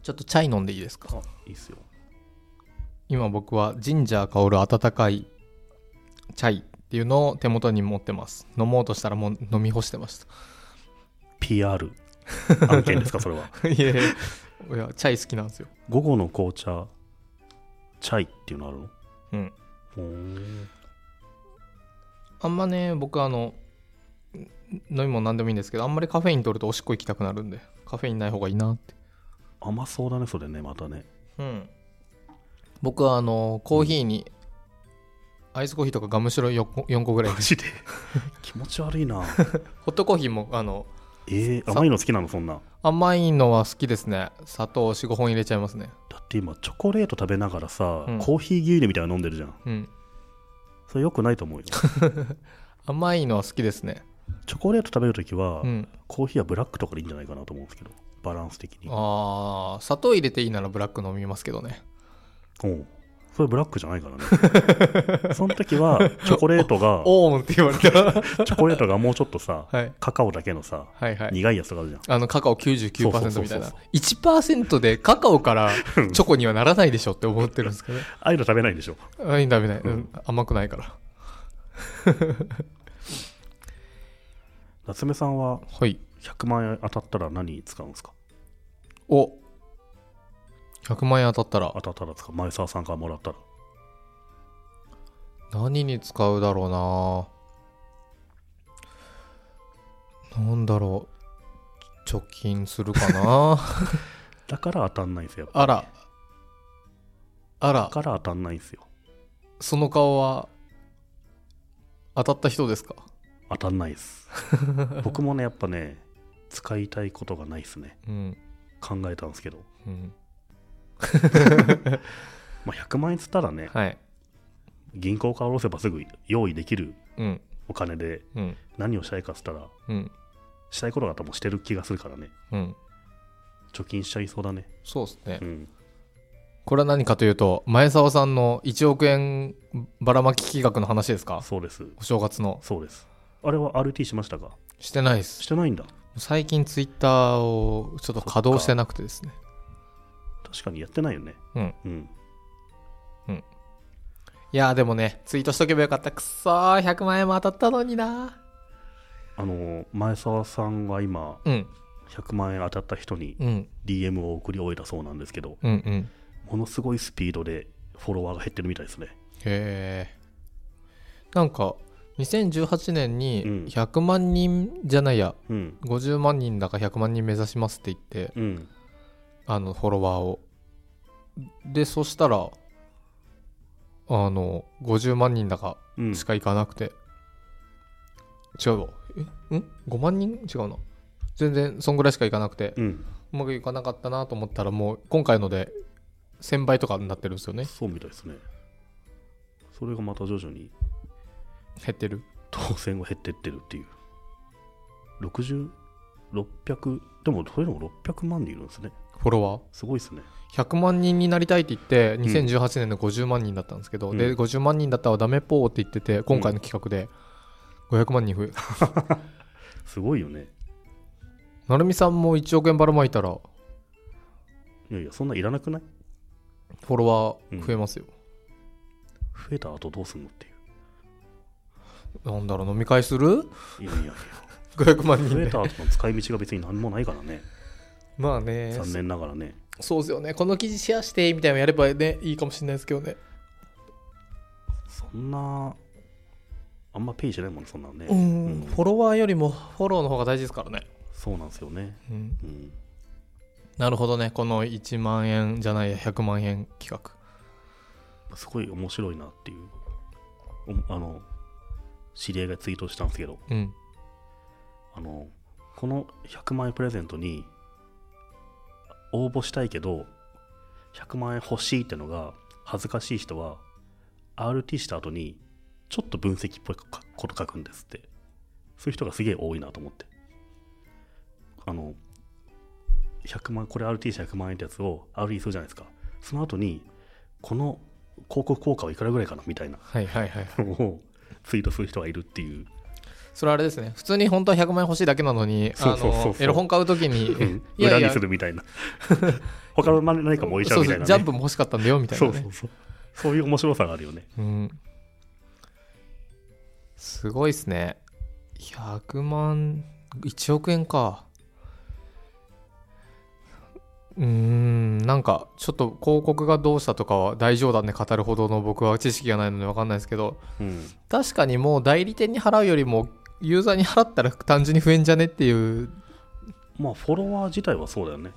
ちょっとチャイ飲んでいいですか？ あ、いいっすよ。 今僕はジンジャー香る温かいチャイっていうのを手元に持ってます。飲もうとしたらもう飲み干してました。 PR 案件ですかそれは。 いやいや、いやチャイ好きなんですよ。 午後の紅茶チャイっていうのあるの？ うん。 ほあんまね、僕飲み物なんでもいいんですけど、あんまりカフェイン取るとおしっこ行きたくなるんで、カフェインない方がいいなって。 甘そうだねそれね、またね。 うん。僕はコーヒーにアイスコーヒーとかガムシロ4個ぐらい。 マジで気持ち悪いな。 ホットコーヒーも甘いの好きなのそんな？ 甘いのは好きですね。砂糖 4,5 本入れちゃいますね。 だって今チョコレート食べながらさ、 うんコーヒー牛乳みたいなの飲んでるじゃん。 うん。 それ良くないと思うよ。 甘いのは好きですね。 チョコレート食べるときは、 うん。 コーヒーはブラックとかでいいんじゃないかなと思うんですけど、バランス的に。 砂糖入れていいならブラック飲みますけどね。 おう、それブラックじゃないからね。その時はチョコレートがおーんって言われた。 チョコレートがもうちょっとさ、 はいカカオだけのさ、 はいはい。 苦いやつとかあるじゃん。 カカオ 99% みたいな。 そうそうそうそう 1% でカカオからチョコにはならないでしょって思ってるんですけど。 ああいうの食べないんでしょ。 ダメない、甘くないから。 夏目さんははい。 100万円当たったら何に使うんですか？ お、100万円当たったら当たったらですか？前澤さんからもらったら。 何に使うだろうな。なんだろう。貯金するかな。 だから当たんないんですよ。 あら。 だから当たんないんですよ。 その顔は当たった人ですか？ 当たんないです。僕もね、やっぱね、使いたいことがないですね。 うん。 考えたんですけど。 うん。 まあ100万円つったらね、 はい。 銀行から下ろせばすぐ用意できるうん。 お金でうん。 何をしたいかっつったら、 うん。 したいことが多分してる気がするからね。 うん。 貯金しちゃいそうだね。 そうですね。 うん。 これは何かというと、前澤さんの1億円ばらまき企画の話ですか？ そうです。 お正月の。 そうです。あれは RT しましたか？ してないです。 してないんだ。 最近ツイッターをちょっと稼働してなくてですね。 確かにやってないよね。 うん。 うん。 いやーでもね、ツイートしとけばよかった。くっそー、100万円も当たったのにな。 前澤さんは今、 うん。 100万円当たった人にうん。 DM を送り終えたそうなんですけど、 うんうん。 ものすごいスピードでフォロワーが減ってるみたいですね。 へえ。なんか2018年うんに100万人じゃないや、 うん。 50万人だか100万人目指しますって言って、 うん。 フォロワーを。で、そしたら、50万人だかうん。 しかいかなくて、違うわ。5万人違うな。全然そんぐらいしかいかなくて、 うん。 うまくいかなかったなと思ったら、もう今回ので1000倍とかになってるんですよね。 そうみたいですね。それがまた徐々に減ってる。 当選が減ってってるっていう。60、600、でもそれでも600万人いるんですね。 フォロワーすごいですね。 100万人になりたいって言って2018年の50万人だったんですけど、 うんで50万人だったらダメポーって言ってて、今回の企画で500万人増えた。 すごいよね。 なるみさんも1億円ばらまいたらいやいや、そんないらなくない？ フォロワー増えますよ。 増えた後どうすんのっていう。 なんだろう、飲み会する？ いやいやいや。 500万人で。 増えた後の使い道が別に何もないからね。 まあね、 残念ながらね。 そうですよね。この記事シェアしてみたいなのやればね、いいかもしれないですけどね。 そんな、あんまペイしないもんね、そんなのね。 フォロワーよりもフォローの方が大事ですからね。 そうなんですよね。 うん、 うん。 なるほどね。この1万円じゃないや100万円企画。 すごい面白いなっていう。知り合いがツイートしたんですけど、 うん。 この100万円プレゼントに応募したいけど、100万円欲しいってのが恥ずかしい人は、RT した後に、ちょっと分析っぽいこと書くんですって。そういう人がすげえ多いなと思って。100万、これ RT した100万円ってやつを RT するじゃないですか。その後に、この広告効果はいくらぐらいかなみたいなはいはいはい。 をツイートする人がいるっていう。 それあれですね、普通に本当は100万円欲しいだけなのに、エロ本買うときに、 いやいや裏にするみたいな他の何かも置いちゃうみたいな、ね、 そうそう、ジャンプも欲しかったんだよみたいなね。 そういう面白さがあるよね。 うん、すごいっすね。100万1億円か。なんかちょっと広告がどうしたとかは大冗談で語るほどの僕は知識がないので分かんないですけど、確かにもう代理店に払うよりもユーザーに払ったら単純に増えんじゃねっていう。 まあフォロワー自体はそうだよね。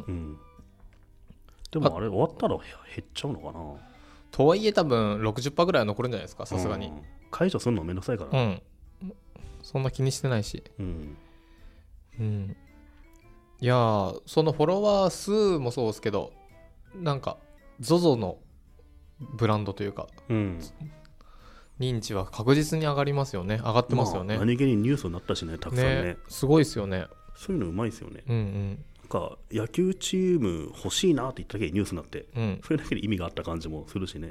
でもあれ終わったら減っちゃうのかな。 とはいえ多分 60% ぐらいは残るんじゃないですか、さすがに。 解除するのめんどくさいから、 そんな気にしてないし。いやー、そのフォロワー数もそうですけど、なんか ZOZO のブランドというか、認知は確実に上がりますよね。上がってますよね。 何気にニュースになったしね、たくさんね。 すごいですよね。 そういうのうまいですよね。なんか野球チーム欲しいなって言っただけでニュースになって、それだけで意味があった感じもするしね。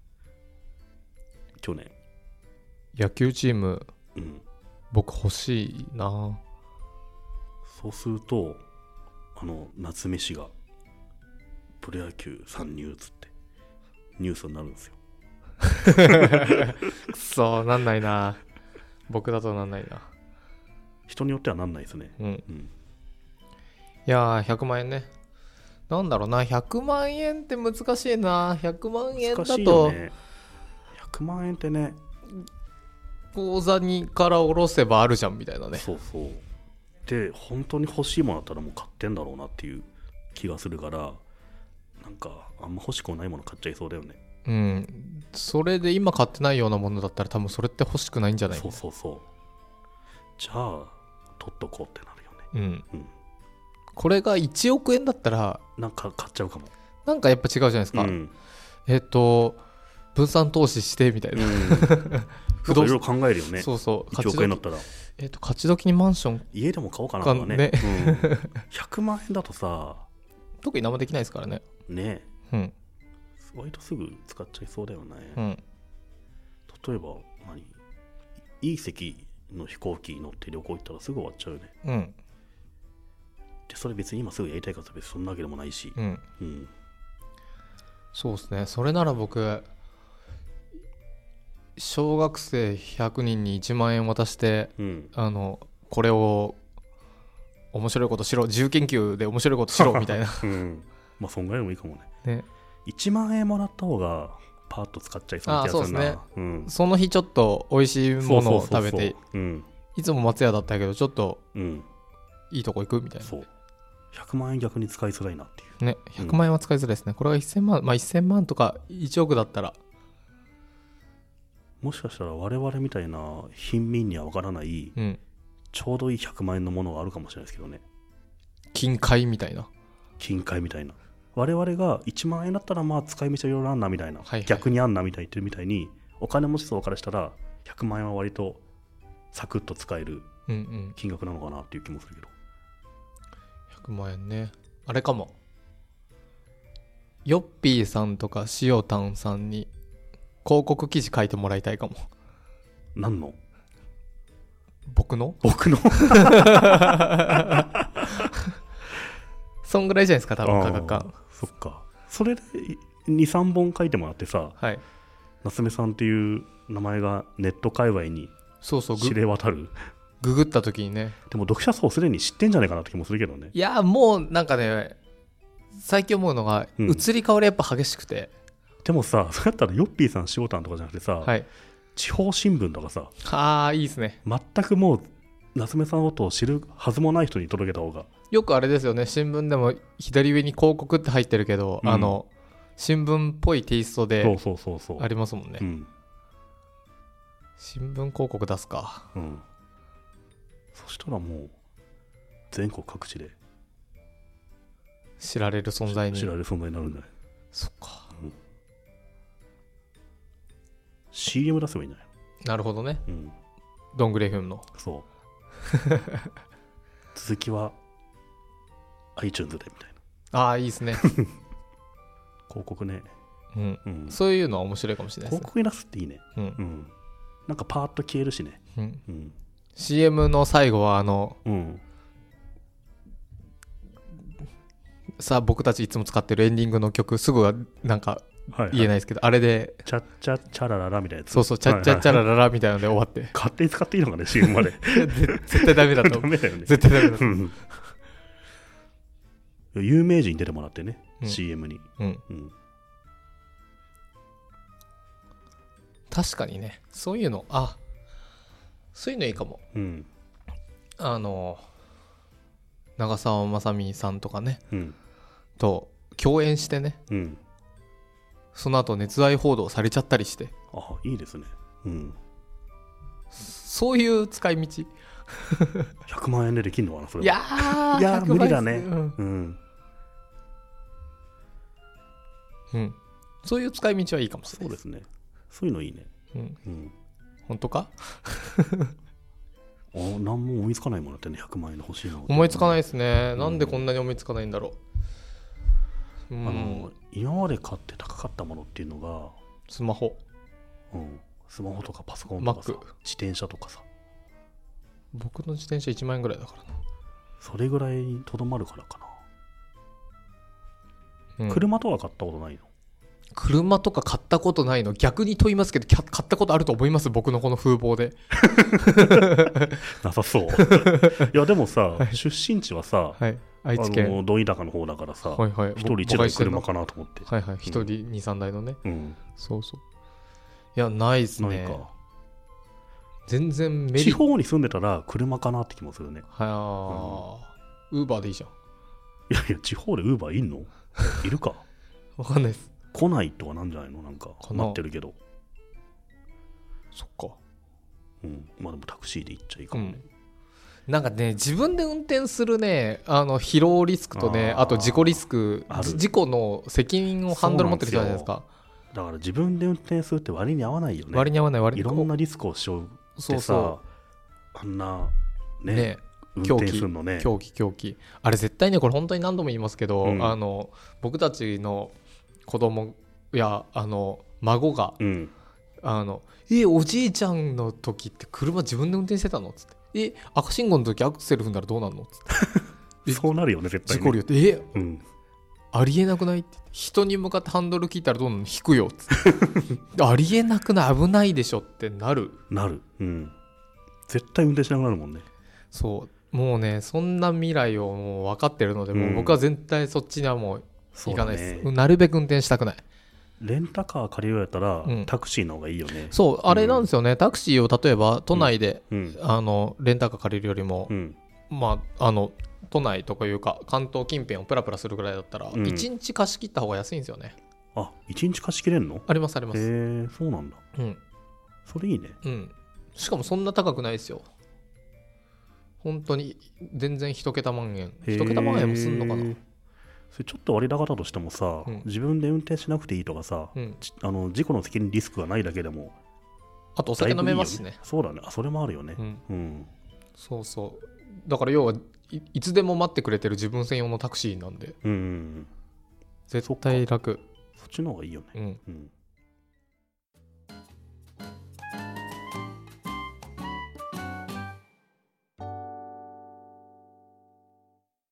去年野球チーム、僕欲しいな。 そうすると夏目氏がプロ野球参入つってニュースになるんですよ。 くそ、なんないな。僕だとなんないな。 人によってはなんないですね。 いやー、100万円ね。なんだろうな、100万円って難しいな。100万円だと難しいよね。 100万円ってね、 口座にから下ろせばあるじゃんみたいなね。 そうで本当に欲しいものだったらもう買ってんだろうなっていう気がするから、なんかあんま欲しくないもの買っちゃいそうだよね。 それで今買ってないようなものだったら多分それって欲しくないんじゃない？ そうじゃあ取っとこうってなるよね。 これが1億円だったらなんか買っちゃうかも。 なんかやっぱ違うじゃないですか。分散投資してみたいな。 いろいろ考えるよね。 そうそう。 1億円だったら。 勝ち時にマンション。 家でも買おうかなとかね。100万円だとさ、 特に何もできないですからね。 割とすぐ使っちゃいそうだよね。例えばいい席の飛行機乗って旅行行ったらすぐ終わっちゃうよね。でそれ別に今すぐやりたいかと別にそんなわけでもないし。 そうですね。それなら僕小学生100人に1万円渡して、これを面白いことしろ、自由研究で面白いことしろみたいな。 まあそんぐらいでもいいかもね。1万円もらった方がパーッと使っちゃいそうな気がするな。 そうですね。その日ちょっと美味しいものを食べて、いつも松屋だったけどちょっといいとこ行くみたいな。 100万円逆に使いづらいなっていうね。100万円は使いづらいですね。これが1000万、1000万とか1億だったら、 もしかしたら我々みたいな貧民には分からない、ちょうどいい100万円のものがあるかもしれないですけどね。 金塊みたいな。 我々が1万円だったらまあ使い道はいろいろあんなみたいな、逆にあんなみたいに言ってるみたいに、お金持ち層からしたら100万円は割とサクッと使える金額なのかなっていう気もするけど。 100万円ね。あれかも。ヨッピーさんとかしおたんさんに広告記事書いてもらいたいかも。 何の？ 僕のそんぐらいじゃないですか、多分価格感。 そっか。それで 2,3 本書いてもらってさ、夏目さんっていう名前がネット界隈に知れ渡る。 ググった時にね。 でも読者層すでに知ってんじゃないかなって気もするけどね。 いやもうなんかね、最近思うのが、移り変わりやっぱ激しくて。 でもさ、そうやったらヨッピーさんしおたんとかじゃなくてさ、地方新聞とかさ、 いいですね。 全くもう夏目さんのことを知るはずもない人に届けた方が。 よくあれですよね、新聞でも左上に広告って入ってるけど、新聞っぽいテイストでありますもんね。新聞広告出すか。 そしたらもう全国各地で知られる存在になるんじゃない？ そっか。 CM 出せばいいんじゃない？ なるほどね。どんぐり FM の。 そう続きは iTunes でみたいな。いいですね。 広告ね。 そういうのは面白いかもしれないですね。 広告に出すっていいね。なんかパーッと消えるしね。 CM の最後はさあ僕たちいつも使ってるエンディングの曲すぐはなんか言えないですけど、あれでチャッチャッチャラララみたいなやつ。 そうそうチャッチャッチャラララみたいなので終わって勝手に使っていいのかね CM まで絶対ダメだとダメだよね。 絶対ダメだと有名人出てもらってね、CM に。 確かにね、そういうのそういうのいいかも。長澤まさみさんとかね、と共演してね、その後熱愛報道されちゃったりして、 いいですね。 そういう使い道 100万円でできんのかなそれ。 いやー無理だね。 そういう使い道はいいかもしれない。 そうですね。そういうのいいね。 本当か何も思いつかないものってね、100万円で欲しいな。 思いつかないですね。なんでこんなに思いつかないんだろう。 今まで買って高かったものっていうのがスマホ、 スマホとかパソコンとかさ、 Mac、 自転車とかさ。 僕の自転車1万円ぐらいだからな。 それぐらいにとどまるからかな。車とか買ったことないの？ 車とか買ったことないの？逆に問いますけど、買ったことあると思います？僕のこの風貌でなさそういやでもさ、出身地はさ、 愛知県ど田舎の方だからさ、一人一台車かなと思って。 一人 2,3 台のね。そうそう。いやないっすね。ないか。全然地方に住んでたら車かなって気もするね。 ウーバーでいいじゃん。 いや地方でウーバーいんの？いるかわかんないです。 来ないとかなんじゃないの？なんか待ってるけど。 そっか。 まあでもタクシーで行っちゃいいかもね。 なんかね、自分で運転するね、疲労リスクとね、あと事故リスク、事故の責任をハンドル持ってるじゃないですか。 だから自分で運転するって割に合わないよね。 割に合わない。 いろんなリスクを背負ってさ、あんなね運転するのね。 狂気。あれ絶対ね、これ本当に何度も言いますけど、僕たちの子供や孫が、おじいちゃんの時って車自分で運転してたのっつって、赤信号の時アクセル踏んだらどうなるのっつってそうなるよね絶対ね。 事故るよって、ありえなくないって、人に向かってハンドル切ったらどうなの？引くよっつってありえなくない？危ないでしょってなる。 絶対運転しなくなるもんね。 そうもうね、そんな未来をもう分かってるので、もう僕は絶対そっちにはもう行かないです。なるべく運転したくない。 レンタカー借りるやったら、タクシーの方がいいよね。 そうあれなんですよね、タクシーを例えば都内で、レンタカー借りるよりも、都内とかいうか関東近辺をプラプラするぐらいだったら、1日貸し切った方が安いんですよね。 1日貸し切れんの？ ありますあります。 へえ、そうなんだ。それいいね。 しかもそんな高くないですよ。本当に全然1桁万円もすんのかな。 それちょっと割高だとしてもさ、自分で運転しなくていいとかさ、事故の責任リスクがないだけでも、 あとお酒飲めますしね。 そうだね、それもあるよね。 そうそうだから要はいつでも待ってくれてる自分専用のタクシーなんで、絶対楽。 そっちの方がいいよね。